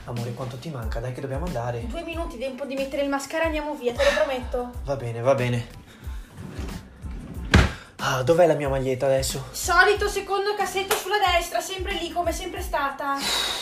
Amore, quanto ti manca? Dai che dobbiamo andare. 2 minuti, tempo di mettere il mascara, andiamo via, te lo prometto. Va bene, va bene. Ah, dov'è la mia maglietta adesso? Solito secondo cassetto sulla destra, sempre lì come sempre stata.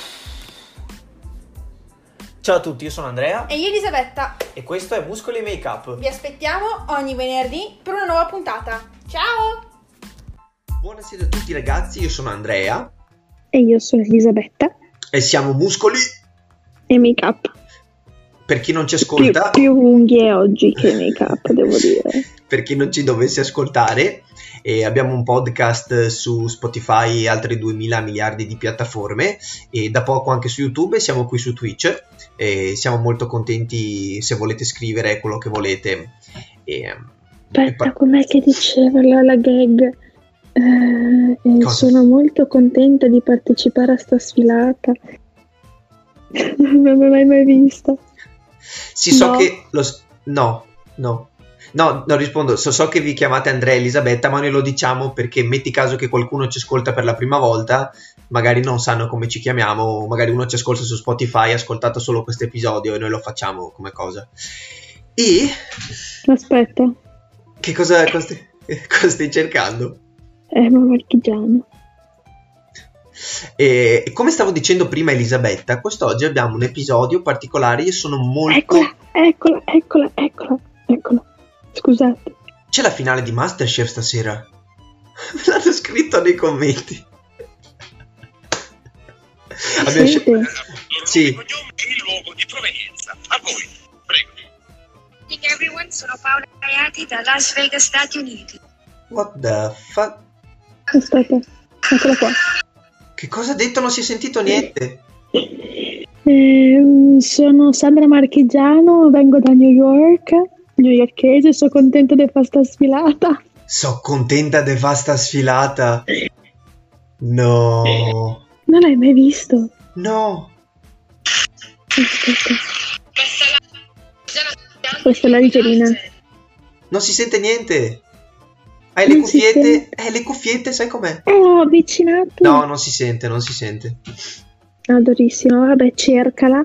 Ciao a tutti, io sono Andrea. E io Elisabetta. E questo è Muscoli e Make Up. Vi aspettiamo ogni venerdì per una nuova puntata. Ciao! Buonasera a tutti ragazzi, io sono Andrea. E io sono Elisabetta. E siamo Muscoli E Make Up. Per chi non ci ascolta, Più unghie oggi che Make Up, devo dire. Per chi non ci dovesse ascoltare, abbiamo un podcast su Spotify e altre 2000 miliardi di piattaforme e da poco anche su YouTube e siamo qui su Twitch e siamo molto contenti. Se volete scrivere quello che volete. Aspetta, com'è che diceva la gag? Sono molto contenta di partecipare a sta sfilata. Non l'hai mai vista? Sì, so che no, rispondo. So che vi chiamate Andrea e Elisabetta, ma noi lo diciamo perché metti caso che qualcuno ci ascolta per la prima volta, magari non sanno come ci chiamiamo, magari uno ci ascolta su Spotify, ha ascoltato solo questo episodio e noi lo facciamo come cosa. E aspetta, che cosa stai cercando? Ma marchigiano. E come stavo dicendo prima Elisabetta, quest'oggi abbiamo un episodio particolare. Io sono molto... Eccola. Scusate. C'è la finale di Masterchef stasera. L'hanno scritto nei commenti. Sì. Il luogo di provenienza. A voi, prego. Good everyone, sono Paola Gaiati da Las Vegas, Stati Uniti. What the fuck? Aspetta, eccola qua. Che cosa ha detto? Non si è sentito niente. Sono Sandra Marchigiano, vengo da New York, newyorkese, sono contenta di fare sta sfilata. So contenta di fare sta sfilata. No. Non l'hai mai visto? No. Aspetta. Questa è la rigerina. Non si sente niente. Hai le cuffiette? Le cuffiette, sai com'è? Ho avvicinato. No, non si sente. Adorissimo, vabbè, cercala.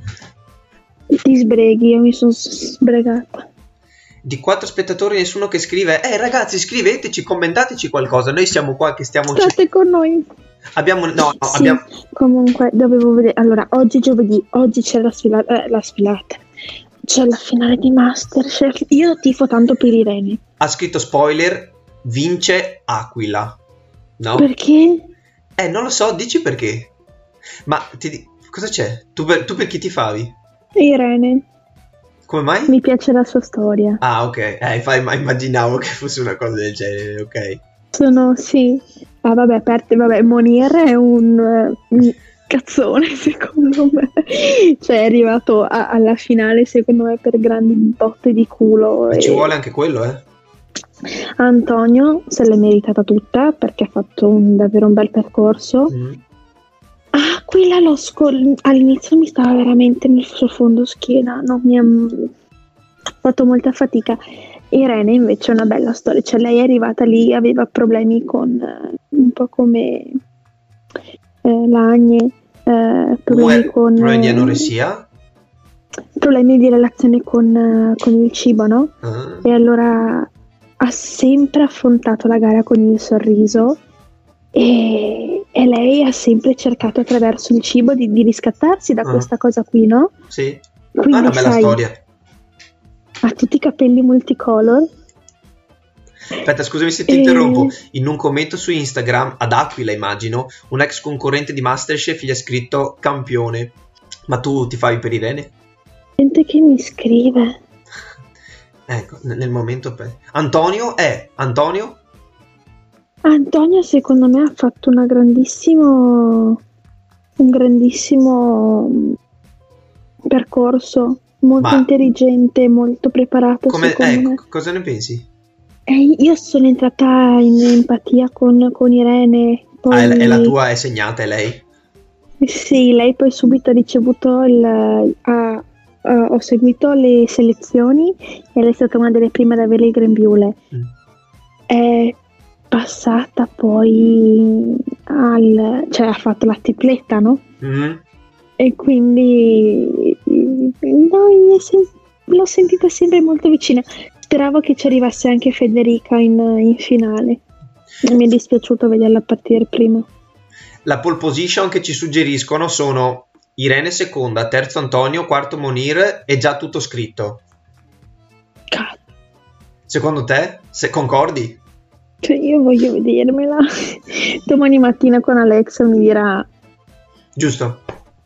Ti sbreghi, io mi sono sbregata. Di 4 spettatori nessuno che scrive. Ragazzi, scriveteci, commentateci qualcosa. Noi siamo qua che stiamo... State con noi. Abbiamo... Comunque, dovevo vedere... Allora, oggi giovedì, oggi c'è la sfilata. C'è la finale di Masterchef. Io tifo tanto per Irene. Ha scritto spoiler, vince Aquila. No? Perché? Non lo so, dici perché. Ma cosa c'è? Tu per chi tifavi? Irene. Come mai? Mi piace la sua storia. Ah, ok. Immaginavo che fosse una cosa del genere, ok. Sì. Ah, vabbè, Monir è un cazzone, secondo me. Cioè, è arrivato alla finale, secondo me, per grandi botte di culo. E ci vuole anche quello, Antonio se l'è meritata tutta, perché ha fatto davvero un bel percorso. Quella all'inizio mi stava veramente nel suo fondo schiena, non mi ha fatto molta fatica. Irene invece è una bella storia, cioè lei è arrivata lì, aveva problemi con un po' come l'Agne, problemi di anoressia, problemi di relazione con il cibo, no? E allora ha sempre affrontato la gara con il sorriso. E lei ha sempre cercato attraverso il cibo di riscattarsi da questa cosa qui, no? Sì. Quindi, una bella storia. Ha tutti i capelli multicolor. Aspetta, scusami se ti interrompo. In un commento su Instagram, ad Aquila immagino, un ex concorrente di Masterchef gli ha scritto campione. Ma tu ti fai per Irene? Gente che mi scrive. Ecco, nel momento Antonio? Antonio secondo me ha fatto un grandissimo percorso, molto intelligente, molto preparato. Cosa ne pensi? Io sono entrata in empatia con Irene. Poi... è la tua, è segnata, è lei? Sì, lei poi subito ha ricevuto ho seguito le selezioni e lei è stata una delle prime ad avere il grembiule. È passata poi ha fatto la tripletta, no? e quindi l'ho sentita sempre molto vicina. Speravo che ci arrivasse anche Federica in finale. Mi è dispiaciuto vederla partire prima. La pole position che ci suggeriscono sono Irene seconda, terzo Antonio, quarto Monir, è già tutto scritto. Cazzo. Secondo te? Concordi? Cioè, io voglio vedermela. Domani mattina con Alexa mi dirà. Giusto.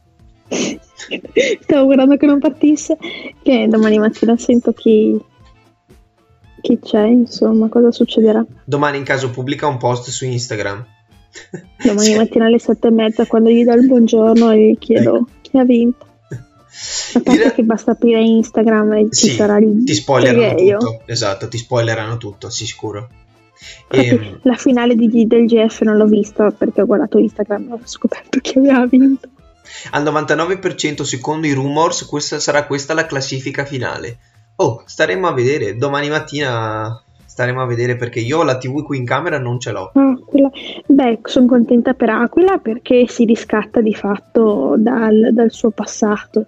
Stavo guardando che non partisse, che domani mattina sento chi c'è, insomma, cosa succederà. Domani in caso pubblica un post su Instagram. Domani mattina alle 7:30, quando gli do il buongiorno e gli chiedo chi ha vinto. A parte che basta aprire Instagram e ci sarà il ti spoilerano tutto. Esatto, ti spoilerano tutto, sì, sicuro. La finale del GF non l'ho vista perché ho guardato Instagram e ho scoperto chi aveva vinto. Al 99% secondo i rumors sarà questa la classifica finale. Staremo a vedere domani mattina, staremo a vedere, perché io la TV qui in camera non ce l'ho. Beh, sono contenta per Aquila perché si riscatta di fatto dal suo passato.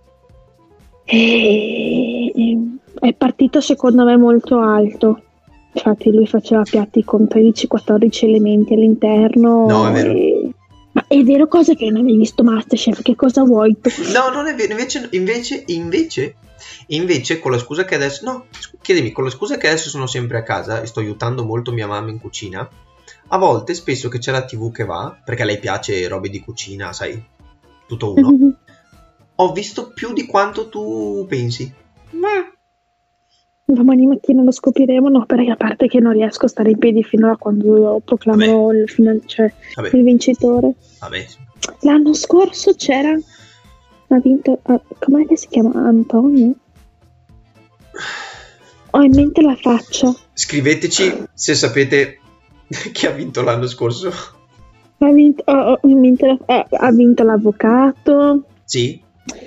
È partito secondo me molto alto. Infatti lui faceva piatti con 13-14 elementi all'interno. No, è vero. Ma è vero, cosa che non hai visto Masterchef? Che cosa vuoi tu? No, non è vero. Invece con la scusa che adesso... No, chiedimi, con la scusa che adesso sono sempre a casa e sto aiutando molto mia mamma in cucina, a volte, spesso che c'è la TV che va, perché a lei piace robe di cucina, sai, tutto uno, ho visto più di quanto tu pensi. Domani mattina lo scopriremo, no, perché a parte che non riesco a stare in piedi fino a quando proclamo il vincitore. Vabbè. L'anno scorso ha vinto, com'è che si chiama? Antonio? Ho in mente la faccia. Scriveteci se sapete chi ha vinto l'anno scorso. Ha vinto l'avvocato. Sì.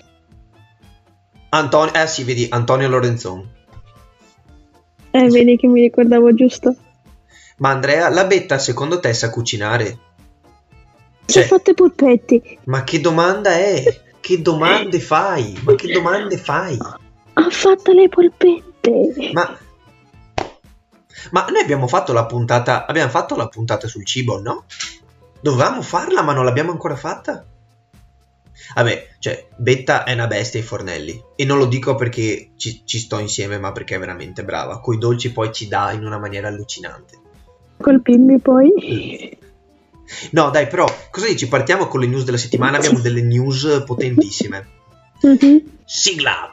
Antonio, sì, vedi, Antonio Lorenzon. Vedi che mi ricordavo giusto. Ma Andrea, la Betta secondo te sa cucinare? Ci ha fatto i polpetti. Ma che domanda è? Che domande fai? Ma che domande fai? Ha fatto le polpette. Ma noi abbiamo fatto la puntata sul cibo, no? Dovevamo farla, ma non l'abbiamo ancora fatta. Vabbè, cioè, Betta è una bestia ai fornelli. E non lo dico perché ci sto insieme, ma perché è veramente brava. Coi dolci poi ci dà in una maniera allucinante. Col bimbi poi. No, dai, però, cosa dici? Partiamo con le news della settimana. Abbiamo delle news potentissime. Sigla!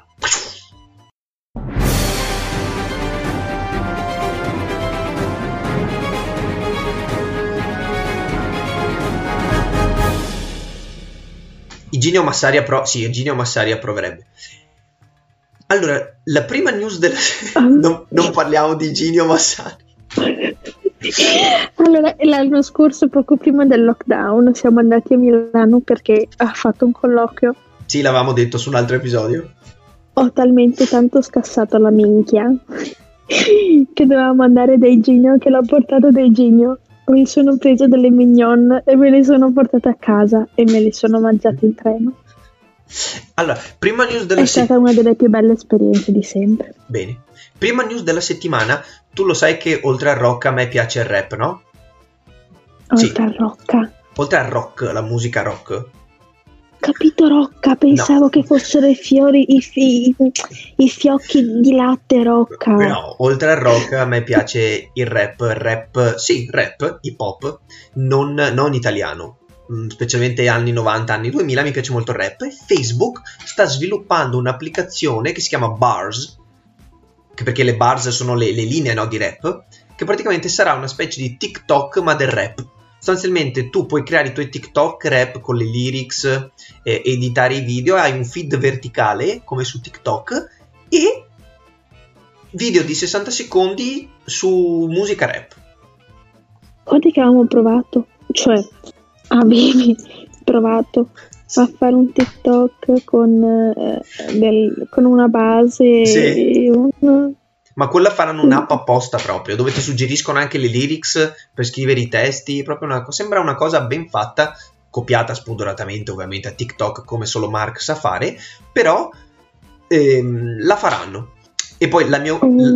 Iginio Massari approverebbe. Allora, la prima news della... non parliamo di Iginio Massari. Allora, l'anno scorso, poco prima del lockdown, siamo andati a Milano perché ha fatto un colloquio. Sì, l'avevamo detto su un altro episodio. Ho talmente tanto scassato la minchia che dovevamo andare da Iginio, che l'ho portato da Iginio. Mi sono preso delle mignon e me le sono portate a casa e me le sono mangiate in treno. Allora, prima news della È stata una delle più belle esperienze di sempre. Bene. Prima news della settimana. Tu lo sai che oltre al rock a me piace il rap, no? Oltre al rock? Oltre al rock, la musica rock. Capito, rocca, pensavo che fossero i fiori, i fiocchi di latte, rocca. No, oltre al rock a me piace il rap, hip hop, non italiano, specialmente anni 90, anni 2000 mi piace molto il rap. E Facebook sta sviluppando un'applicazione che si chiama Bars, che perché le bars sono le linee, no, di rap, che praticamente sarà una specie di TikTok ma del rap. Sostanzialmente tu puoi creare i tuoi TikTok rap con le lyrics, editare i video, hai un feed verticale come su TikTok e video di 60 secondi su musica rap. Guarda che avevamo provato, cioè avevi provato a fare un TikTok con una base, sì. Ma quella faranno un'app apposta proprio, dove ti suggeriscono anche le lyrics per scrivere i testi, proprio sembra una cosa ben fatta, copiata spudoratamente ovviamente a TikTok come solo Mark sa fare, però la faranno. E poi la mia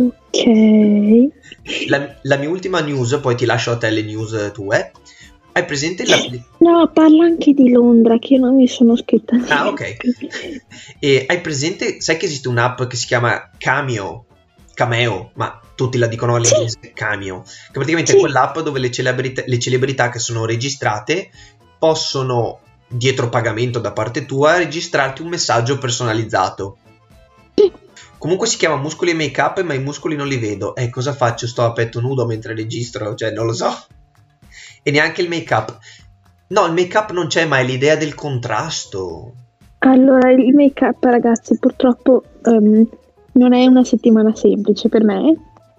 ultima news, poi ti lascio a te le news tue. Hai presente No, parla anche di Londra, che io non mi sono scritta. Ah, ok. E hai presente, sai che esiste un'app che si chiama Cameo, ma tutti la dicono all'inglese Cameo, che praticamente è quell'app dove le celebrità che sono registrate possono, dietro pagamento da parte tua, registrarti un messaggio personalizzato. Comunque si chiama Muscoli e Make Up, ma i muscoli non li vedo. Cosa faccio? Sto a petto nudo mentre registro? Cioè, non lo so. E neanche il make up. No, il make up non c'è, ma è l'idea del contrasto. Allora, il make up, ragazzi, purtroppo non è una settimana semplice per me.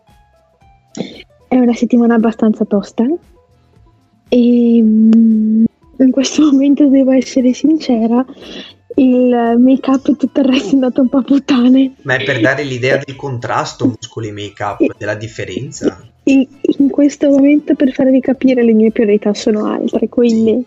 È una settimana abbastanza tosta. E in questo momento devo essere sincera, il make up e tutto il resto è andato un po' a puttane. Ma è per dare l'idea del contrasto, muscoli e make up, della differenza. In questo momento, per farvi capire, le mie priorità sono altre, quindi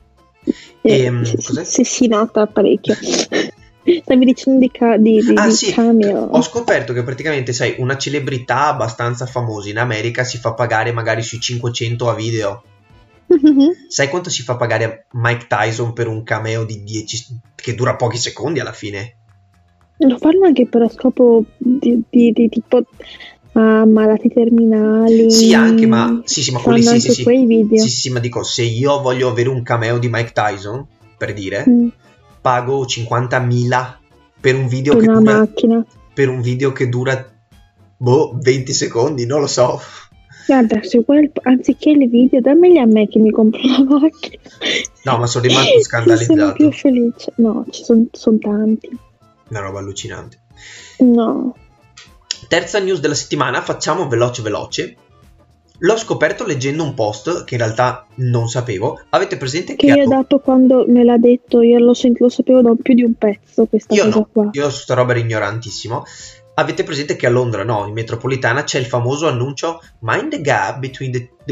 se si nota parecchio. Stavi dicendo di sì, Cameo. Ho scoperto che praticamente, sai, una celebrità abbastanza famosa in America si fa pagare magari sui 500 a video. Sai quanto si fa pagare a Mike Tyson per un cameo di 10 che dura pochi secondi alla fine? Lo fanno anche per scopo di tipo malati terminali. Sì, anche, ma sì, ma quelli sì. Quei video. Sì, ma dico, se io voglio avere un cameo di Mike Tyson, per dire, pago 50.000 per un video per una macchina. Per un video che dura 20 secondi, non lo so. Guarda, se vuoi, anziché il video, dammeli a me che mi compro la macchina. No, ma sono rimasto scandalizzato. Sono più felice. No, ci sono tanti. Una roba allucinante. No. Terza news della settimana, facciamo veloce. L'ho scoperto leggendo un post che in realtà non sapevo. Avete presente che io dopo, quando me l'ha detto, io lo sapevo da più di un pezzo questa cosa qua. Io su sta roba ero ignorantissimo. Avete presente che a Londra, in metropolitana, c'è il famoso annuncio Mind the gap between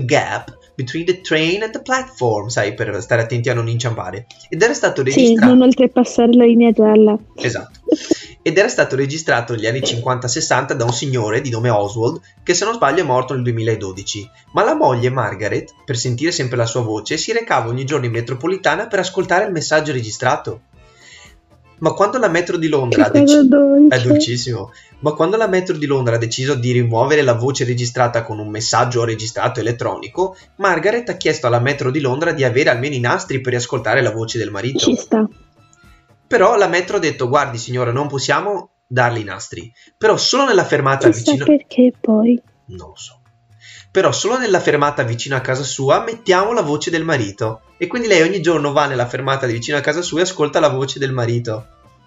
the train and the platform, sai, per stare attenti a non inciampare. Ed era stato registrato... Sì, non oltrepassare la linea gialla. Esatto. Ed era stato registrato negli anni 50-60 da un signore di nome Oswald, che se non sbaglio è morto nel 2012. Ma la moglie Margaret, per sentire sempre la sua voce, si recava ogni giorno in metropolitana per ascoltare il messaggio registrato. Ma quando la metro di Londra è dolcissimo. Ma quando la metro di Londra ha deciso di rimuovere la voce registrata con un messaggio registrato elettronico, Margaret ha chiesto alla metro di Londra di avere almeno i nastri per riascoltare la voce del marito. Ci sta. Però la metro ha detto: guardi signora, non possiamo darle i nastri. Però solo nella fermata vicino... perché poi? Non lo so. Però solo nella fermata vicino a casa sua mettiamo la voce del marito. E quindi lei ogni giorno va nella fermata vicino a casa sua e ascolta la voce del marito.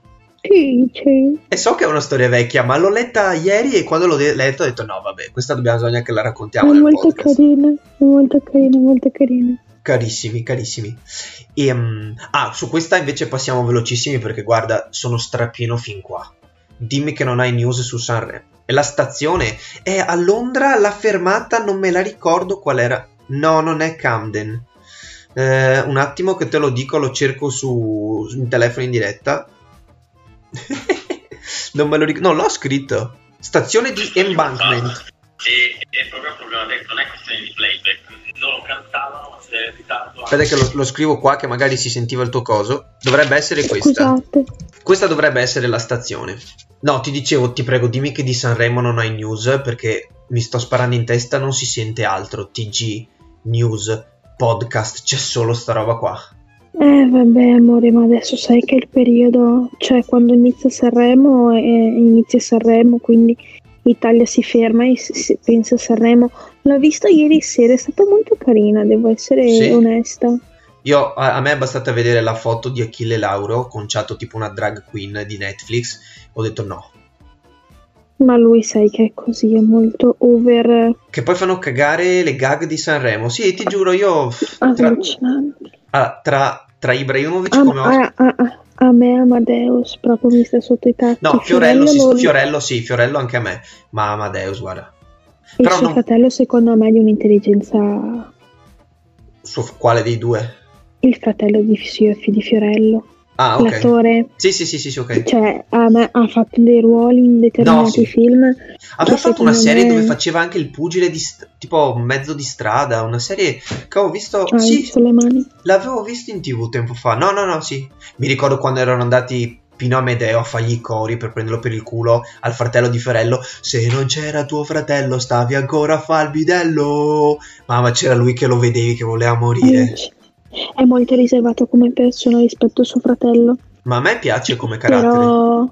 E so che è una storia vecchia, ma l'ho letta ieri e quando l'ho letta ho detto no vabbè, questa bisogna che la raccontiamo nel podcast. Molto carina. Carissimi. E, su questa invece passiamo velocissimi perché guarda, sono strapieno fin qua. Dimmi che non hai news su Sanremo. E la stazione è a Londra, la fermata non me la ricordo qual era. No, non è Camden. Un attimo che te lo dico, lo cerco su telefono in diretta. Non me lo ricordo. No, l'ho scritto. Stazione di Embankment. E proprio il problema non è questione di playback. Loro cantavano, ma c'è ritardo. Aspetta che lo scrivo qua, che magari si sentiva il tuo coso. Dovrebbe essere questa. Scusate. Questa dovrebbe essere la stazione. No, ti dicevo, ti prego, dimmi che di Sanremo non hai news, perché mi sto sparando in testa, non si sente altro. TG, news, podcast, c'è solo sta roba qua. Vabbè amore, ma adesso sai che è il periodo, cioè quando inizia Sanremo, quindi l'Italia si ferma e si pensa a Sanremo. L'ho vista ieri sera, è stata molto carina, devo essere onesta. A me è bastata vedere la foto di Achille Lauro conciato tipo una drag queen di Netflix, ho detto no. Ma lui sai che è così, è molto over. Che poi fanno cagare le gag di Sanremo. Sì, ti giuro, io tra Ibrahimovic come a me Amadeus proprio mi sta sotto i tacchi. No, Fiorello anche a me, ma Amadeus guarda. Il suo fratello secondo me è di un'intelligenza. Quale dei due? il fratello di Fiorello. Ah, ok. L'attore, Sì, ok. cioè, ha fatto dei ruoli in determinati No, sì. film. Aveva che fatto una secondo serie me- dove faceva anche il pugile tipo mezzo di strada, una serie che avevo visto, Hai sì, visto le mani? l'avevo visto in TV tempo fa. No, sì. Mi ricordo quando erano andati Pino Amedeo a fargli i cori per prenderlo per il culo al fratello di Fiorello. Se non c'era tuo fratello stavi ancora a far il bidello. Mamma, c'era lui che lo vedevi che voleva morire. È molto riservato come persona rispetto a suo fratello. Ma a me piace come carattere.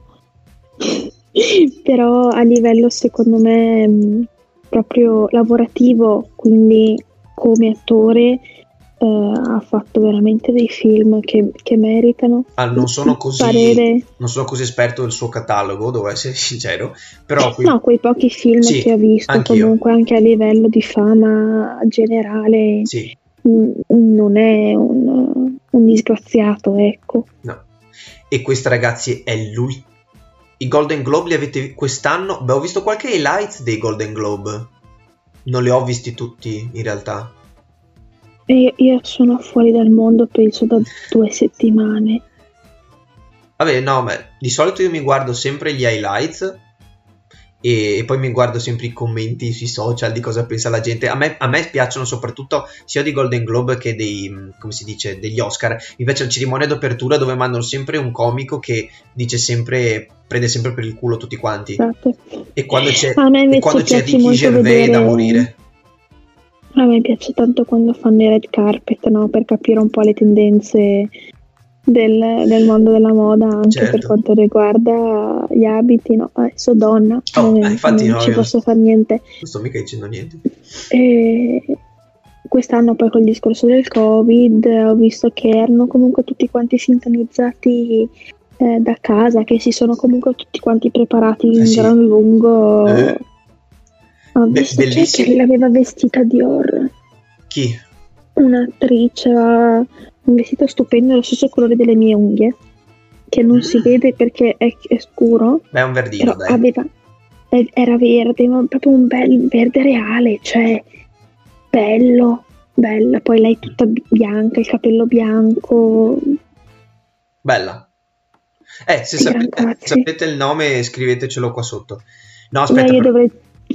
Però a livello secondo me proprio lavorativo, quindi come attore ha fatto veramente dei film che meritano. Non sono così Parere. non sono così esperto del suo catalogo, devo essere sincero, però No, quei pochi film Sì, che ho visto, anch'io. comunque anche a livello di fama generale, Sì, non è un disgraziato, ecco. no. E questa, ragazzi, è lui. I Golden Globe li avete quest'anno? Beh, ho visto qualche highlights dei Golden Globe. Non li ho visti tutti, in realtà. E io sono fuori dal mondo, penso, da 2 settimane. Vabbè, no, ma di solito io mi guardo sempre gli highlights e poi mi guardo sempre i commenti sui social di cosa pensa la gente. A me piacciono soprattutto sia di Golden Globe che come si dice, degli Oscar. Mi piace la cerimonia d'apertura dove mandano sempre un comico che dice sempre, prende sempre per il culo tutti quanti. Esatto. E quando c'è, A me invece c'è piace Ricky molto Gervais da vedere- morire. A me piace tanto quando fanno i red carpet, no? Per capire un po' le tendenze del mondo della moda, anche Certo. per quanto riguarda gli abiti, no? Adesso donna, Infatti non no, ci io posso fare niente. non sto mica dicendo niente. E quest'anno poi col discorso del Covid ho visto che erano comunque tutti quanti sintonizzati da casa, che si sono comunque tutti quanti preparati in Sì. gran lungo. Eh. Ho visto chi è bellissimo. che l'aveva vestita Dior, Chi? un'attrice, aveva un vestito stupendo dello stesso colore delle mie unghie, che non si vede perché è scuro, Beh, è un verdino, però dai. era verde, ma proprio un bel verde reale, cioè bella. Poi lei tutta bianca, il capello bianco. Bella. Se Gran pazzi. sapete il nome, scrivetecelo qua sotto. No, aspetta, Io però-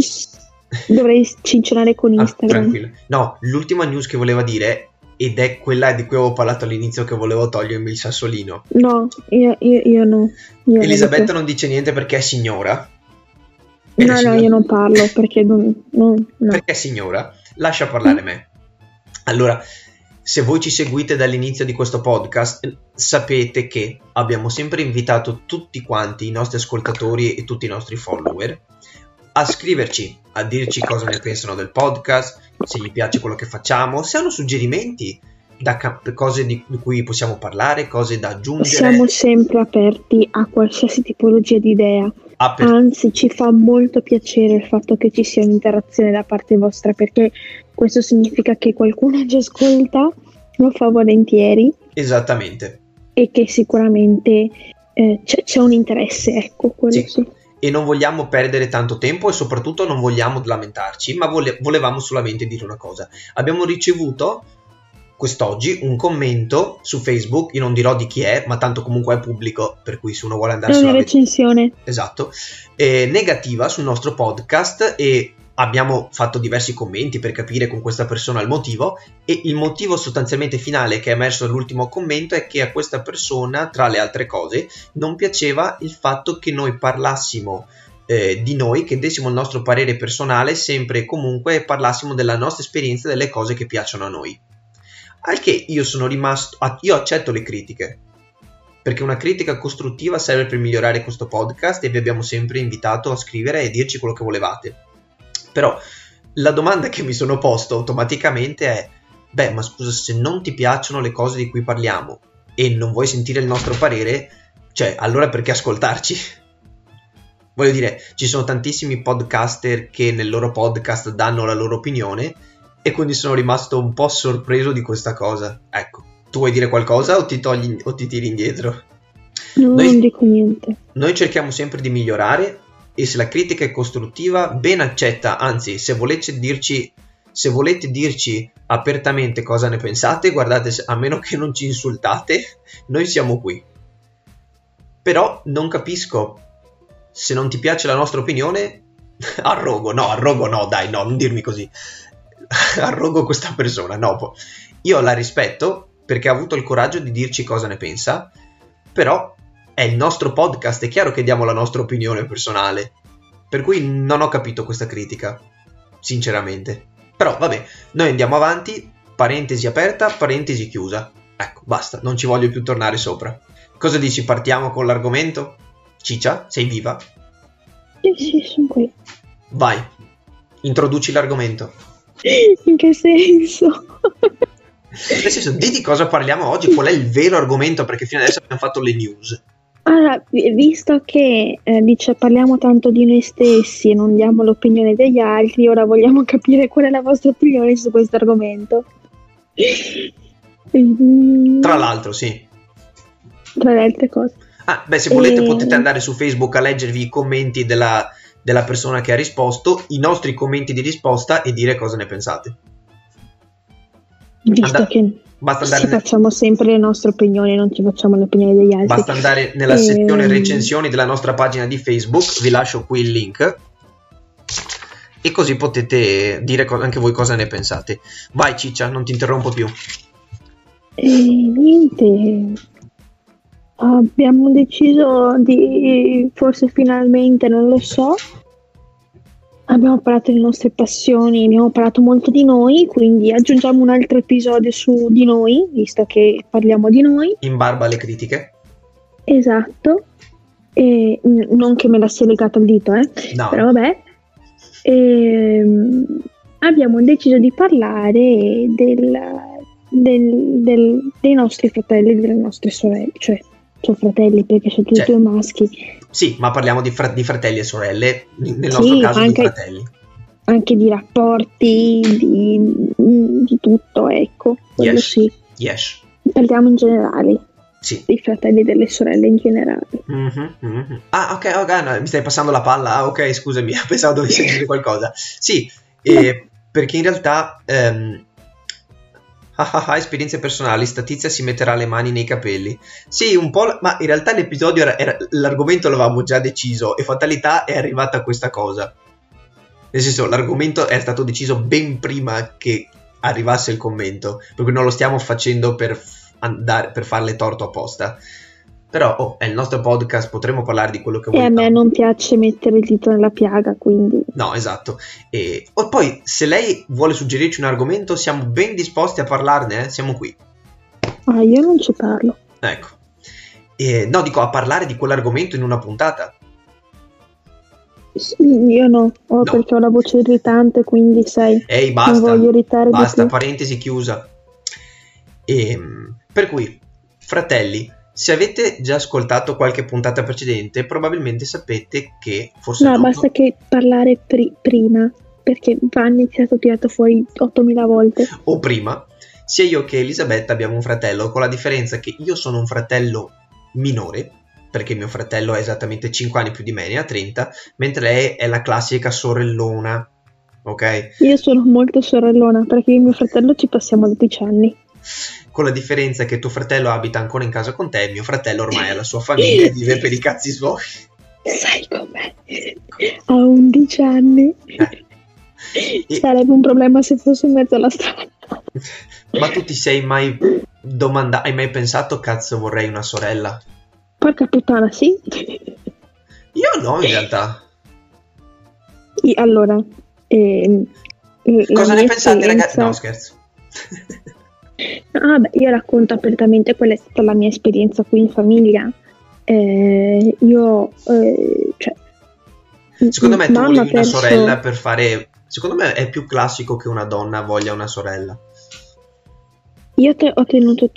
dovrei cincionare con Ah, Instagram. tranquillo. No, l'ultima news che voleva dire, ed è quella di cui avevo parlato all'inizio, che volevo togliermi il sassolino. No, io no. Io Elisabetta evito. non dice niente perché è signora. No, io non parlo perché no. Perché è signora? Lascia parlare me. Allora, se voi ci seguite dall'inizio di questo podcast, sapete che abbiamo sempre invitato tutti quanti i nostri ascoltatori e tutti i nostri follower a scriverci, a dirci cosa ne pensano del podcast, se gli piace quello che facciamo, se hanno suggerimenti, cose di cui possiamo parlare, cose da aggiungere. Siamo sempre aperti a qualsiasi tipologia di idea. Anzi, ci fa molto piacere il fatto che ci sia un'interazione da parte vostra, perché questo significa che qualcuno ci ascolta, lo fa volentieri. Esattamente. E che sicuramente c'è un interesse, ecco, quello sì. E non vogliamo perdere tanto tempo e soprattutto non vogliamo lamentarci, ma volevamo solamente dire una cosa. Abbiamo ricevuto quest'oggi un commento su Facebook, io non dirò di chi è, ma tanto comunque è pubblico, per cui se uno vuole andarselo a vedere. È una recensione. Esatto, negativa sul nostro podcast, e abbiamo fatto diversi commenti per capire con questa persona il motivo, e il motivo sostanzialmente finale che è emerso dall'ultimo commento è che a questa persona, tra le altre cose, non piaceva il fatto che noi parlassimo di noi, che dessimo il nostro parere personale sempre e comunque parlassimo della nostra esperienza, delle cose che piacciono a noi. Al che io sono rimasto, io accetto le critiche, perché una critica costruttiva serve per migliorare questo podcast e vi abbiamo sempre invitato a scrivere e dirci quello che volevate. Però la domanda che mi sono posto automaticamente è: beh, ma scusa, se non ti piacciono le cose di cui parliamo e non vuoi sentire il nostro parere, cioè, allora perché ascoltarci? Voglio dire, ci sono tantissimi podcaster che nel loro podcast danno la loro opinione, e quindi sono rimasto un po' sorpreso di questa cosa. Ecco, tu vuoi dire qualcosa o ti tiri indietro? No, non dico niente. Noi cerchiamo sempre di migliorare, e se la critica è costruttiva, ben accetta. Anzi, se volete dirci se volete dirci apertamente cosa ne pensate, guardate, a meno che non ci insultate, noi siamo qui. Però non capisco, se non ti piace la nostra opinione, arrogo no, dai, no, non dirmi così. Arrogo questa persona, no. Io la rispetto perché ha avuto il coraggio di dirci cosa ne pensa, però è il nostro podcast, è chiaro che diamo la nostra opinione personale, per cui non ho capito questa critica, sinceramente. Però vabbè, noi andiamo avanti, parentesi aperta, parentesi chiusa. Ecco, basta, non ci voglio più tornare sopra. Cosa dici, partiamo con l'argomento? Ciccia, sei viva? Sì, sono qui. Vai, introduci l'argomento. In che senso? Nel senso, di cosa parliamo oggi, qual è il vero argomento, perché fino adesso abbiamo fatto le news. Allora, visto che parliamo tanto di noi stessi e non diamo l'opinione degli altri, ora vogliamo capire qual è la vostra opinione su questo argomento. Tra l'altro, sì. Tra le altre cose. Se volete potete andare su Facebook a leggervi i commenti della persona che ha risposto, i nostri commenti di risposta e dire cosa ne pensate. Visto che facciamo sempre le nostre opinioni, non ci facciamo le opinioni degli altri. Basta andare nella sezione recensioni della nostra pagina di Facebook, vi lascio qui il link e così potete dire anche voi cosa ne pensate. Vai Ciccia, non ti interrompo più. Niente, abbiamo deciso di, forse finalmente, non lo so, abbiamo parlato delle nostre passioni, abbiamo parlato molto di noi, quindi aggiungiamo un altro episodio su di noi, visto che parliamo di noi. In barba alle critiche. Esatto, e non che me la sia legata al dito, no. Però vabbè. Abbiamo deciso di parlare dei nostri fratelli e delle nostre sorelle, cioè sono fratelli perché sono tutti due maschi. Sì, ma parliamo di fratelli e sorelle, nel nostro caso anche, di fratelli. Anche di rapporti, di tutto, ecco. Quello yes. Sì. Yes. Parliamo in generale. Sì. Dei fratelli e delle sorelle in generale. Ok, no, mi stai passando la palla. Ok, scusami, pensavo dovessi dire qualcosa. Sì, perché in realtà esperienze personali, Statizia si metterà le mani nei capelli. Sì, un po', ma in realtà l'episodio l'argomento l'avevamo già deciso e fatalità è arrivata a questa cosa. Nel senso, l'argomento è stato deciso ben prima che arrivasse il commento, per cui non lo stiamo facendo per farle torto apposta. Però è il nostro podcast, potremo parlare di quello che vogliamo. E a me non piace mettere il dito nella piaga, quindi no, esatto. E poi se lei vuole suggerirci un argomento siamo ben disposti a parlarne, siamo qui. Io non ci parlo. Ecco. No, dico, a parlare di quell'argomento in una puntata. Io no, perché ho la voce irritante, quindi sai. Ehi, basta, non voglio irritare basta, di più. Parentesi chiusa. Per cui, fratelli, se avete già ascoltato qualche puntata precedente, probabilmente sapete che forse no, basta che parlare prima, perché Vanni ti è stato tirato fuori 8000 volte. O prima, sia io che Elisabetta abbiamo un fratello, con la differenza che io sono un fratello minore, perché mio fratello è esattamente 5 anni più di me, ne ha 30, mentre lei è la classica sorellona, ok? Io sono molto sorellona, perché io e mio fratello ci passiamo 12 anni. Con la differenza che tuo fratello abita ancora in casa con te e mio fratello ormai ha la sua famiglia e vive per i cazzi suoi. Sai com'è? Ha 11 anni. Sarebbe un problema se fosse in mezzo alla strada. Ma tu ti sei mai hai mai pensato, cazzo, vorrei una sorella? Porca puttana, sì. Io no, in realtà. Allora, cosa ne pensate, ragazzi? No, scherzo. Io racconto apertamente qual è stata la mia esperienza qui in famiglia. Secondo me tu volevi una sorella per fare. Secondo me è più classico che una donna voglia una sorella. Io ho tenuto,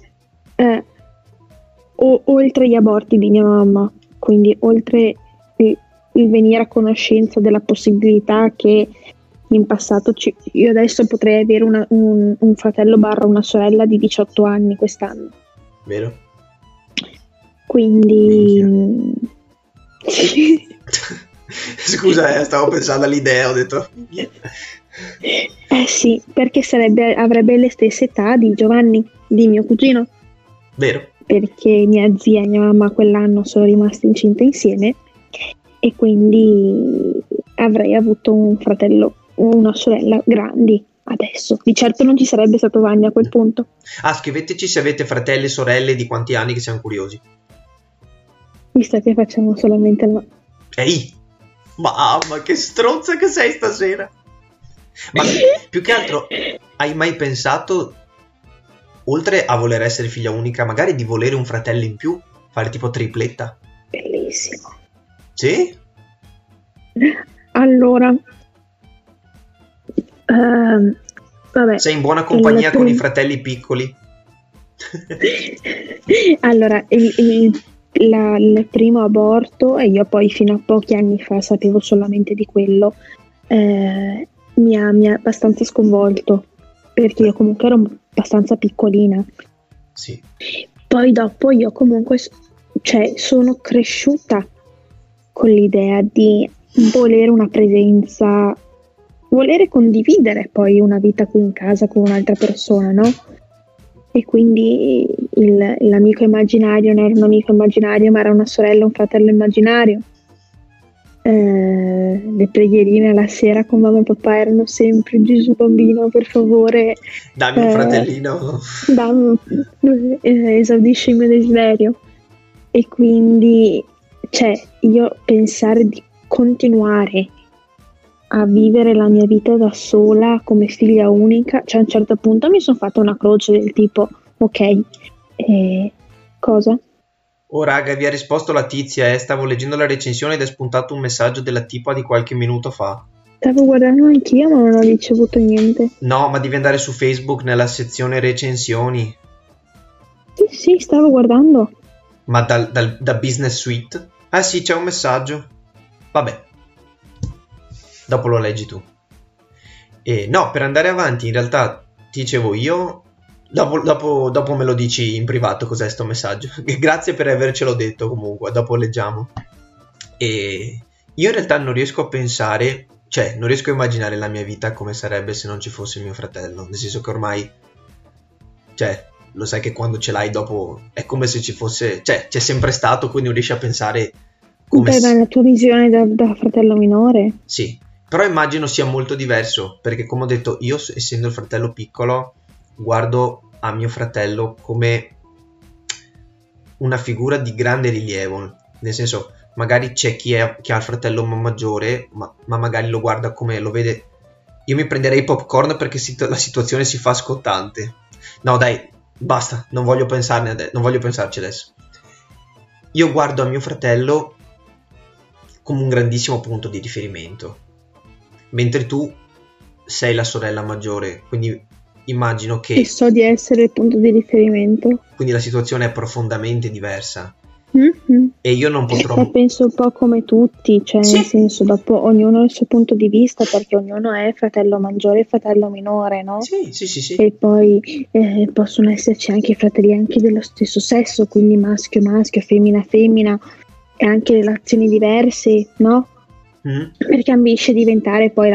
oltre gli aborti di mia mamma, quindi oltre il venire a conoscenza della possibilità che in passato io adesso potrei avere un fratello / una sorella di 18 anni quest'anno. Vero? Quindi scusa, stavo pensando all'idea, ho detto Sì, perché avrebbe le stesse età di Giovanni, di mio cugino, Vero? perché mia zia e mia mamma quell'anno sono rimaste incinte insieme e quindi avrei avuto un fratello o una sorella grandi adesso. Di certo non ci sarebbe stato Vanni a quel punto. Scriveteci se avete fratelli e sorelle, di quanti anni, che siamo curiosi. Visto che facciamo solamente Ehi! Mamma, che stronza che sei stasera! Ma più che altro, hai mai pensato, oltre a voler essere figlia unica, magari di volere un fratello in più? Fare tipo tripletta? Bellissimo. Sì? Allora, vabbè. Sei in buona compagnia con i fratelli piccoli? Allora, il primo aborto, e io poi fino a pochi anni fa sapevo solamente di quello, mi ha abbastanza sconvolto, perché io comunque ero abbastanza piccolina. Sì. Poi dopo io comunque sono cresciuta con l'idea di volere una presenza, volere condividere poi una vita qui in casa con un'altra persona, no? E quindi l'amico immaginario non era un amico immaginario, ma era una sorella, un fratello immaginario. Le preghierine alla sera con mamma e papà erano sempre: Gesù bambino, per favore, dammi un fratellino, esaudisci il mio desiderio. E quindi io pensare di continuare a vivere la mia vita da sola come figlia unica, a un certo punto mi sono fatta una croce del tipo ok, cosa? Oh raga, vi ha risposto la tizia, stavo leggendo la recensione ed è spuntato un messaggio della tipa di qualche minuto fa. Stavo guardando anch'io ma non ho ricevuto niente. No, ma devi andare su Facebook nella sezione recensioni. Sì, stavo guardando. Ma da Business Suite? Ah sì, c'è un messaggio. Vabbè, dopo lo leggi tu. No, per andare avanti, in realtà ti dicevo io. Dopo me lo dici in privato cos'è sto messaggio. Grazie per avercelo detto comunque, dopo leggiamo. E io in realtà non riesco a pensare, non riesco a immaginare la mia vita come sarebbe se non ci fosse mio fratello. Nel senso che ormai, lo sai che quando ce l'hai dopo è come se ci fosse, c'è sempre stato, quindi non riesci a pensare come... la tua visione da fratello minore? Sì, però immagino sia molto diverso, perché come ho detto, io essendo il fratello piccolo, guardo a mio fratello come una figura di grande rilievo, nel senso, magari c'è chi ha il fratello maggiore, ma magari lo guarda come lo vede. Io mi prenderei popcorn perché la situazione si fa scottante. No dai, basta, non voglio pensarci adesso. Io guardo a mio fratello come un grandissimo punto di riferimento, mentre tu sei la sorella maggiore, quindi immagino che... E so di essere il punto di riferimento. Quindi la situazione è profondamente diversa. Mm-hmm. E io non potrò... penso un po' come tutti, sì. Nel senso, dopo ognuno ha il suo punto di vista, perché ognuno è fratello maggiore e fratello minore, no? Sì. E poi possono esserci anche fratelli anche dello stesso sesso, quindi maschio, femmina, e anche relazioni diverse, no? Perché ambisce a diventare poi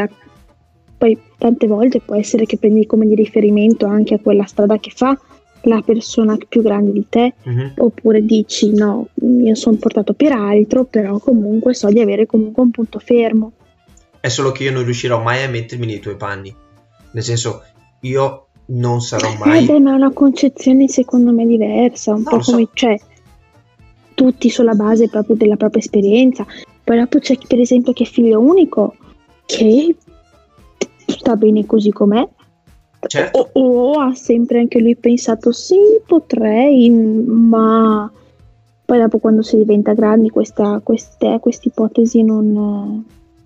tante volte può essere che prendi come di riferimento anche a quella strada che fa la persona più grande di te, oppure dici no, io sono portato per altro, però comunque so di avere comunque un punto fermo. È solo che io non riuscirò mai a mettermi nei tuoi panni, nel senso, io non sarò mai... ma è una concezione secondo me diversa, un po' come tutti sulla base proprio della propria esperienza. Poi dopo c'è chi per esempio che è figlio unico, che sta bene così com'è, certo. o ha sempre anche lui pensato sì, potrei, ma poi dopo quando si diventa grandi questa ipotesi non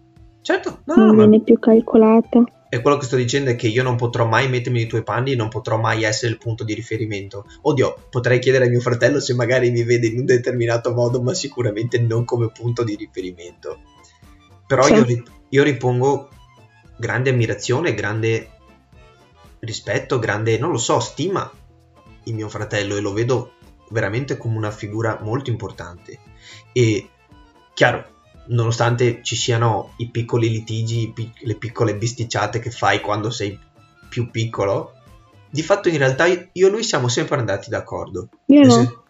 viene più calcolata. E quello che sto dicendo è che io non potrò mai mettermi nei tuoi panni, non potrò mai essere il punto di riferimento. Oddio, potrei chiedere a mio fratello se magari mi vede in un determinato modo, ma sicuramente non come punto di riferimento. Però io ripongo grande ammirazione, grande rispetto, grande, non lo so, stima in mio fratello, e lo vedo veramente come una figura molto importante. E chiaro, nonostante ci siano i piccoli litigi, le piccole bisticciate che fai quando sei più piccolo, di fatto in realtà io e lui siamo sempre andati d'accordo. Io no.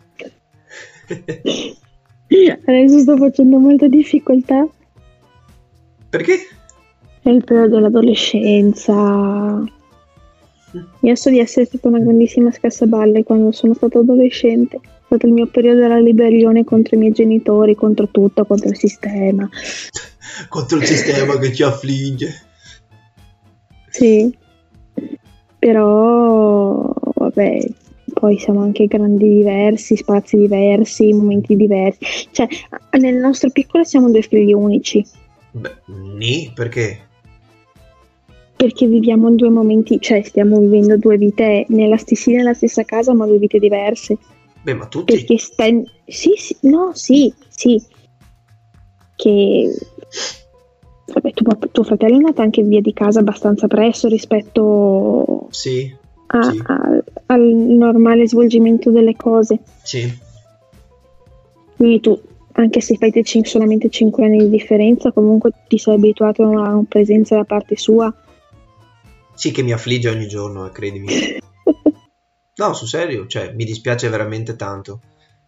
Adesso sto facendo molta difficoltà. Perché? È il periodo dell'adolescenza. Io so di essere stata una grandissima scassaballe quando sono stata adolescente. È stato il mio periodo della ribellione contro i miei genitori, contro tutto, contro il sistema. Contro il sistema che ci affligge. Sì. Però, vabbè, poi siamo anche grandi diversi, spazi diversi, momenti diversi. Cioè, nel nostro piccolo siamo 2 figli unici. Beh, perché? Perché viviamo in 2 momenti, cioè stiamo vivendo 2 vite nella stessa casa, ma 2 vite diverse. Beh, ma tutti? Perché sì. Che vabbè, tuo fratello è nato anche via di casa abbastanza presto rispetto sì. al normale svolgimento delle cose. Sì. Quindi tu, anche se fai solamente 5 anni di differenza, comunque ti sei abituato a una presenza da parte sua. Sì, che mi affligge ogni giorno, credimi. No, sul serio, cioè, mi dispiace veramente tanto.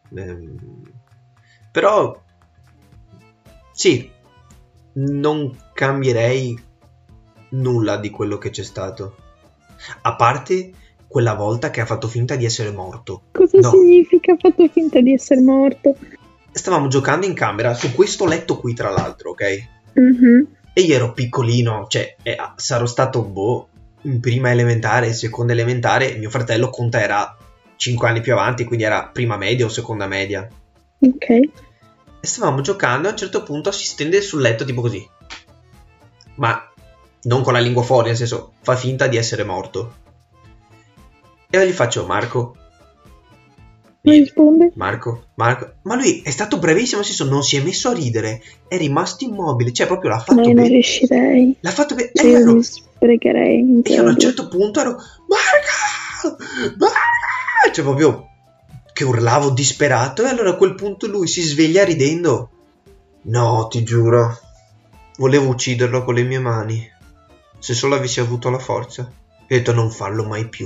Però, sì, non cambierei nulla di quello che c'è stato. A parte quella volta che ha fatto finta di essere morto. Cosa significa fatto finta di essere morto? Stavamo giocando in camera, su questo letto qui, tra l'altro, ok? Mm-hmm. E io ero piccolino, cioè, sarò stato, in prima elementare, seconda elementare, mio fratello conta era 5 anni più avanti, quindi era prima media o seconda media. Ok. E stavamo giocando e a un certo punto si stende sul letto tipo così. Ma non con la lingua fuori, nel senso, fa finta di essere morto. E io gli faccio, Marco. Mi risponde? Marco. Ma lui è stato brevissimo, nel senso, non si è messo a ridere, è rimasto immobile, cioè proprio l'ha fatto bene. Non riuscirei. L'ha fatto bene. Cioè, io mi sprecherei. Io a un certo punto ero Marco! Cioè proprio che urlavo disperato, e allora a quel punto lui si sveglia ridendo. No, ti giuro, volevo ucciderlo con le mie mani, se solo avessi avuto la forza. E ho detto non farlo mai più.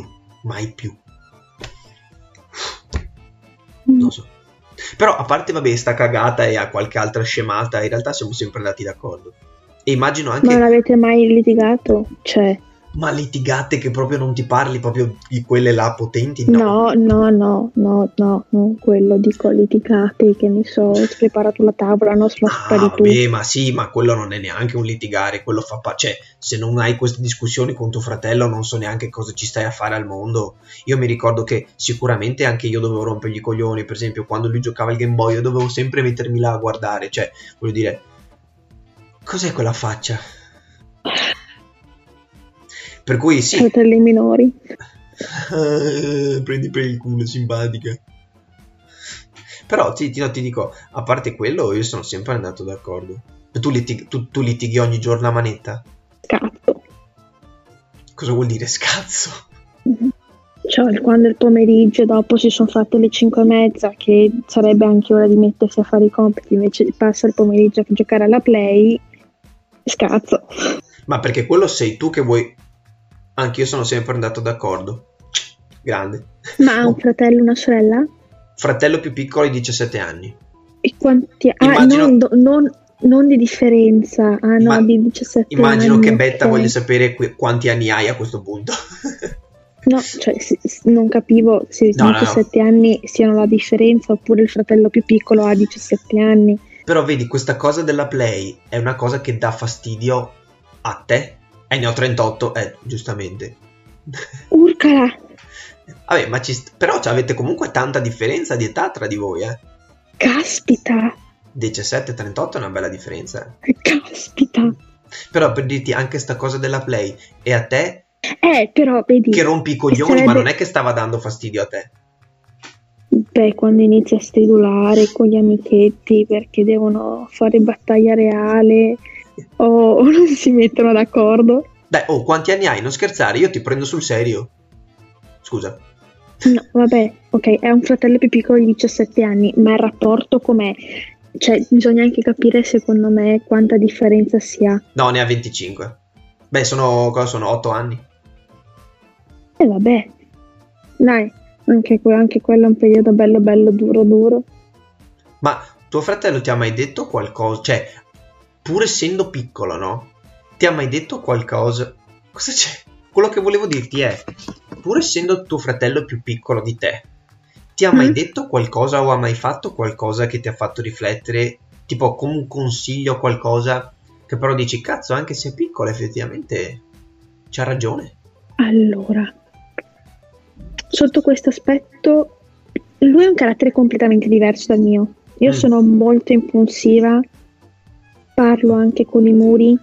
Non so. Però a parte vabbè sta cagata e a qualche altra scemata, in realtà siamo sempre andati d'accordo. E immagino anche... Ma non avete mai litigato? Cioè... Ma litigate che proprio non ti parli proprio di quelle là potenti? No, quello dico, litigate, che ne so, ho preparato la tavola, no, sulla spari tu. Vabbè, ma sì, ma quello non è neanche un litigare, quello fa cioè, se non hai queste discussioni con tuo fratello non so neanche cosa ci stai a fare al mondo. Io mi ricordo che sicuramente anche io dovevo rompergli i coglioni, per esempio quando lui giocava il Game Boy io dovevo sempre mettermi là a guardare, cioè, voglio dire, cos'è quella faccia? Per cui sì. Fratelli minori. Prendi per il culo, simpatica. Però ti dico, a parte quello, io sono sempre andato d'accordo. Tu litighi ogni giorno a manetta? Scazzo. Cosa vuol dire scazzo? Cioè, quando il pomeriggio dopo si sono fatte le 5:30, che sarebbe anche ora di mettersi a fare i compiti, invece passa il pomeriggio a giocare alla Play, scazzo. Ma perché quello sei tu che vuoi... Anch'io sono sempre andato d'accordo. Grande. Ma ha un fratello e una sorella? Fratello più piccolo di 17 anni. E quanti... Immagino... non di differenza. No, di 17 immagino anni. Che Betta okay. Voglia sapere quanti anni hai a questo punto. No, cioè non capivo se 17 anni siano la differenza oppure il fratello più piccolo ha 17 anni. Però vedi, questa cosa della Play è una cosa che dà fastidio a te. E ne ho 38, giustamente. Urcala! Vabbè, ma però avete comunque tanta differenza di età tra di voi, Caspita! 17 e 38 è una bella differenza. Caspita! Però per dirti anche sta cosa della Play, e a te... però vedi... Che rompi i coglioni, ma non è che stava dando fastidio a te. Beh, quando inizi a stridulare con gli amichetti perché devono fare battaglia reale... o non si mettono d'accordo. Dai, quanti anni hai? Non scherzare, io ti prendo sul serio. Scusa. No, vabbè, ok, è un fratello più piccolo di 17 anni, ma il rapporto com'è? cioè, bisogna anche capire, secondo me, quanta differenza si ha. No, ne ha 25. Beh, cosa sono 8 anni? E vabbè, dai, anche quello è un periodo bello bello duro. Ma tuo fratello ti ha mai detto qualcosa? Cioè, pur essendo piccolo, no? Ti ha mai detto qualcosa? Cosa c'è? Quello che volevo dirti è, pur essendo tuo fratello più piccolo di te, ti ha mai detto qualcosa o ha mai fatto qualcosa che ti ha fatto riflettere, tipo come un consiglio o qualcosa che però dici, cazzo, anche se è piccolo effettivamente c'ha ragione? Allora, sotto questo aspetto, lui ha un carattere completamente diverso dal mio. Io sono molto impulsiva, parlo anche con i muri.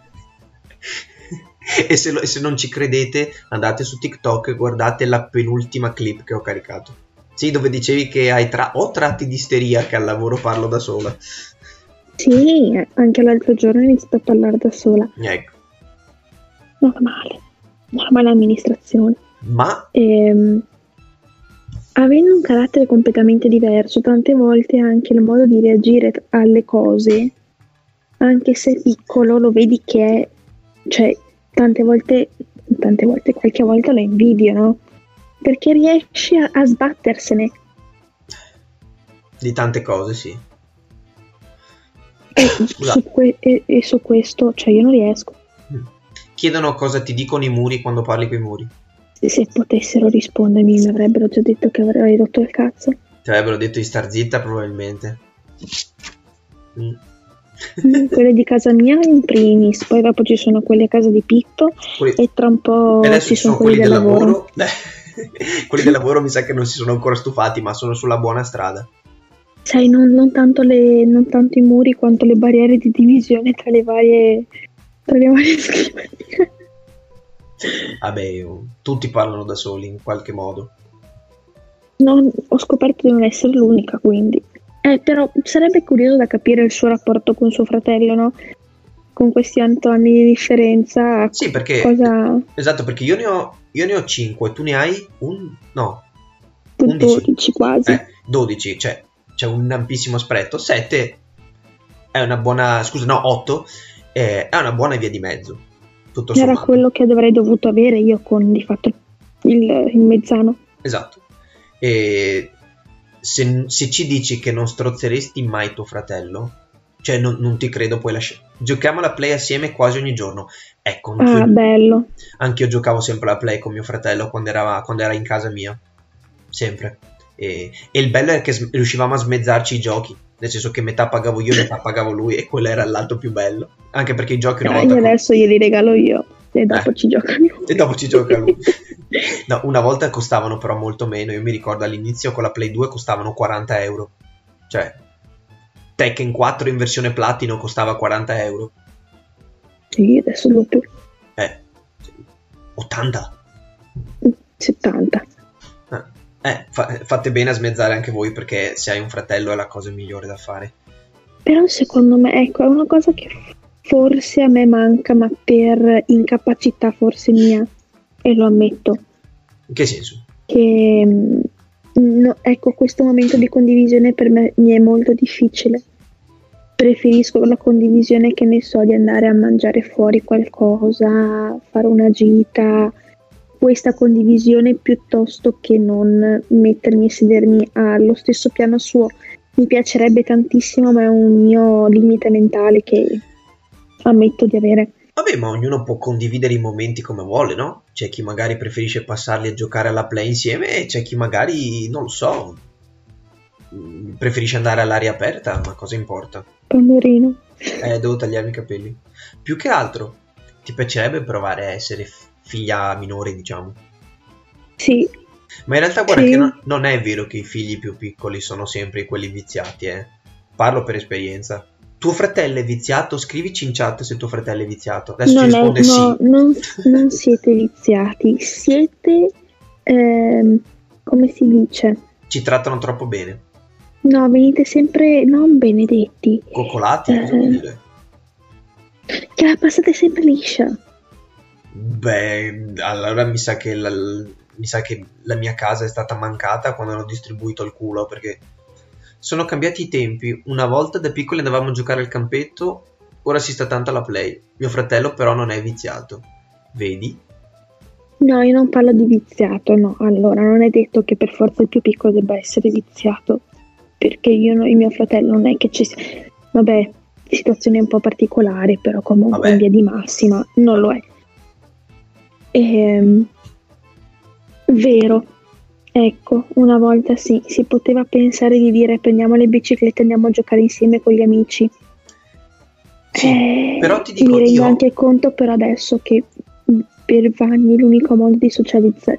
E se non ci credete, andate su TikTok e guardate la penultima clip che ho caricato. Sì, dove dicevi che ho tratti di isteria, che al lavoro parlo da sola. Sì, anche l'altro giorno ho iniziato a parlare da sola. Ecco. Normale amministrazione. Ma avendo un carattere completamente diverso, tante volte anche il modo di reagire alle cose, anche se è piccolo, lo vedi che è, cioè, tante volte, qualche volta lo invidio, no? Perché riesce a sbattersene. Di tante cose, sì. E su questo, cioè, io non riesco. Chiedono cosa ti dicono i muri quando parli con i muri. Se potessero rispondermi, mi avrebbero già detto che avrei rotto il cazzo. Ti avrebbero detto di star zitta, probabilmente. Quelle di casa mia in primis, poi dopo ci sono quelle a casa di Pippo e tra un po' e adesso ci sono quelli del lavoro. Quelli del lavoro mi sa che non si sono ancora stufati, ma sono sulla buona strada. Sai, non tanto i muri quanto le barriere di divisione tra le varie scrivanie. Vabbè, tutti parlano da soli in qualche modo. No, ho scoperto di non essere l'unica, quindi. Però sarebbe curioso da capire il suo rapporto con suo fratello, no? Con questi 8 anni di differenza. Sì, perché esatto, perché io ne ho 5, tu ne hai 11. 12 quasi. 12, cioè c'è un ampissimo spread. 7 è una buona, 8 è una buona via di mezzo. Tutto Era sommato. quello che avrei dovuto avere io con di fatto il mezzano. Esatto. E se ci dici che non strozzeresti mai tuo fratello, cioè non ti credo, puoi lasciare. Giochiamo alla Play assieme quasi ogni giorno. Ecco, bello. Anche io giocavo sempre alla Play con mio fratello quando era in casa mia. Sempre. E il bello è che riuscivamo a smezzarci i giochi. Nel senso che metà pagavo io, metà pagavo lui, e quello era l'altro più bello. Anche perché i giochi una volta. Adesso glieli regalo io e dopo ci gioca lui. E dopo ci gioca lui. No, una volta costavano però molto meno. Io mi ricordo all'inizio con la Play 2 costavano 40 euro. Cioè, Tekken 4 in versione platino costava 40 euro. Sì, adesso doppio. 80. 70. Fate bene a smezzare anche voi, perché se hai un fratello è la cosa migliore da fare. Però secondo me, ecco, è una cosa che forse a me manca, ma per incapacità forse mia, e lo ammetto. In che senso? Che ecco, questo momento di condivisione per me mi è molto difficile. Preferisco la condivisione, che ne so, di andare a mangiare fuori qualcosa, fare una gita, questa condivisione, piuttosto che non mettermi e sedermi allo stesso piano suo. Mi piacerebbe tantissimo, ma è un mio limite mentale che ammetto di avere. Vabbè, ma ognuno può condividere i momenti come vuole, no? C'è chi magari preferisce passarli a giocare alla Play insieme, e c'è chi magari, non lo so, preferisce andare all'aria aperta, ma cosa importa? Pandorino. Devo tagliarmi i capelli. Più che altro, ti piacerebbe provare a essere figlia minore, diciamo? Sì. Ma in realtà guarda che non è vero che i figli più piccoli sono sempre quelli viziati, Parlo per esperienza. Tuo fratello è viziato? Scrivici in chat se tuo fratello è viziato. Adesso ci risponde sì. Non siete viziati, siete, come si dice? Ci trattano troppo bene. No, venite sempre, non benedetti. Coccolati? Cosa vuol dire? Che la passate sempre liscia. Beh, allora mi sa che la mia casa è stata mancata quando hanno distribuito il culo, perché Sono cambiati i tempi. Una volta da piccoli andavamo a giocare al campetto, ora si sta tanto alla Play. Mio fratello però non è viziato. Vedi? No, io non parlo di viziato, no. Allora, non è detto che per forza il più piccolo debba essere viziato, perché io e mio fratello non è che ci sia... Vabbè, situazioni un po' particolari, però comunque in via di massima non lo è. Vero. Ecco, una volta sì, si poteva pensare di dire prendiamo le biciclette e andiamo a giocare insieme con gli amici. Sì, però ti dico, mi rendo anche conto per adesso che per Vanni l'unico modo di socializzare,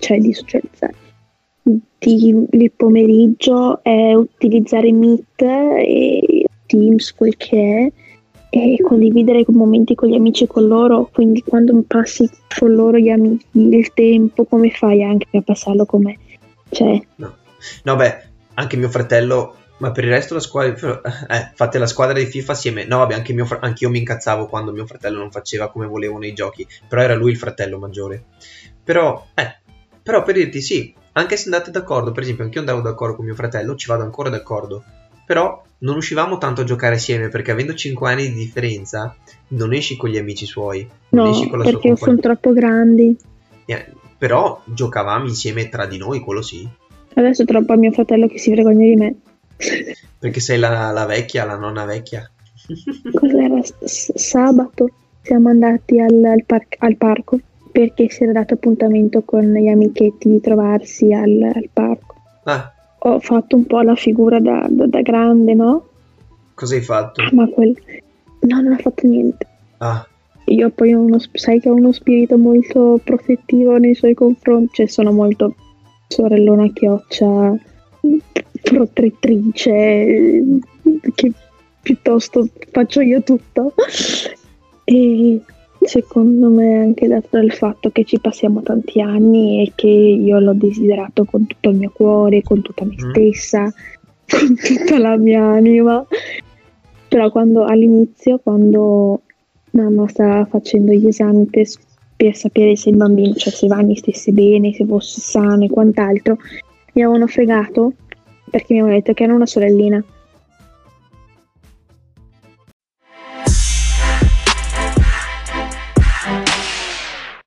il pomeriggio è utilizzare Meet e Teams, quel che è, e condividere momenti con gli amici con loro. Quindi quando passi con loro gli amici il tempo, come fai anche a passarlo con me? No, beh, anche mio fratello, ma per il resto la squadra, fate la squadra di FIFA assieme. No, vabbè, anch'io mi incazzavo quando mio fratello non faceva come volevo nei giochi, però era lui il fratello maggiore. Però per dirti sì, anche se andate d'accordo, per esempio anch'io andavo d'accordo con mio fratello, ci vado ancora d'accordo, però non uscivamo tanto a giocare assieme, perché avendo 5 anni di differenza non esci con gli amici suoi, non esci con la sua perché sono troppo grandi. Però giocavamo insieme tra di noi, quello sì. Adesso è troppo a mio fratello che si vergogna di me. Perché sei la vecchia, la nonna vecchia. Cos'era? Sabato siamo andati al parco, perché si era dato appuntamento con gli amichetti di trovarsi al parco. Ho fatto un po' la figura da grande, no? Cosa hai fatto? No, non ho fatto niente. Io poi sai che ho uno spirito molto protettivo nei suoi confronti, cioè sono molto sorellona chioccia, protettrice, che piuttosto faccio io tutto. E secondo me è anche dato dal fatto che ci passiamo tanti anni e che io l'ho desiderato con tutto il mio cuore, con tutta me stessa, con tutta la mia anima. Però all'inizio, quando mamma stava facendo gli esami per sapere se il bambino, cioè se Vanni stesse bene, se fosse sano e quant'altro, mi avevano fregato perché mi avevano detto che era una sorellina.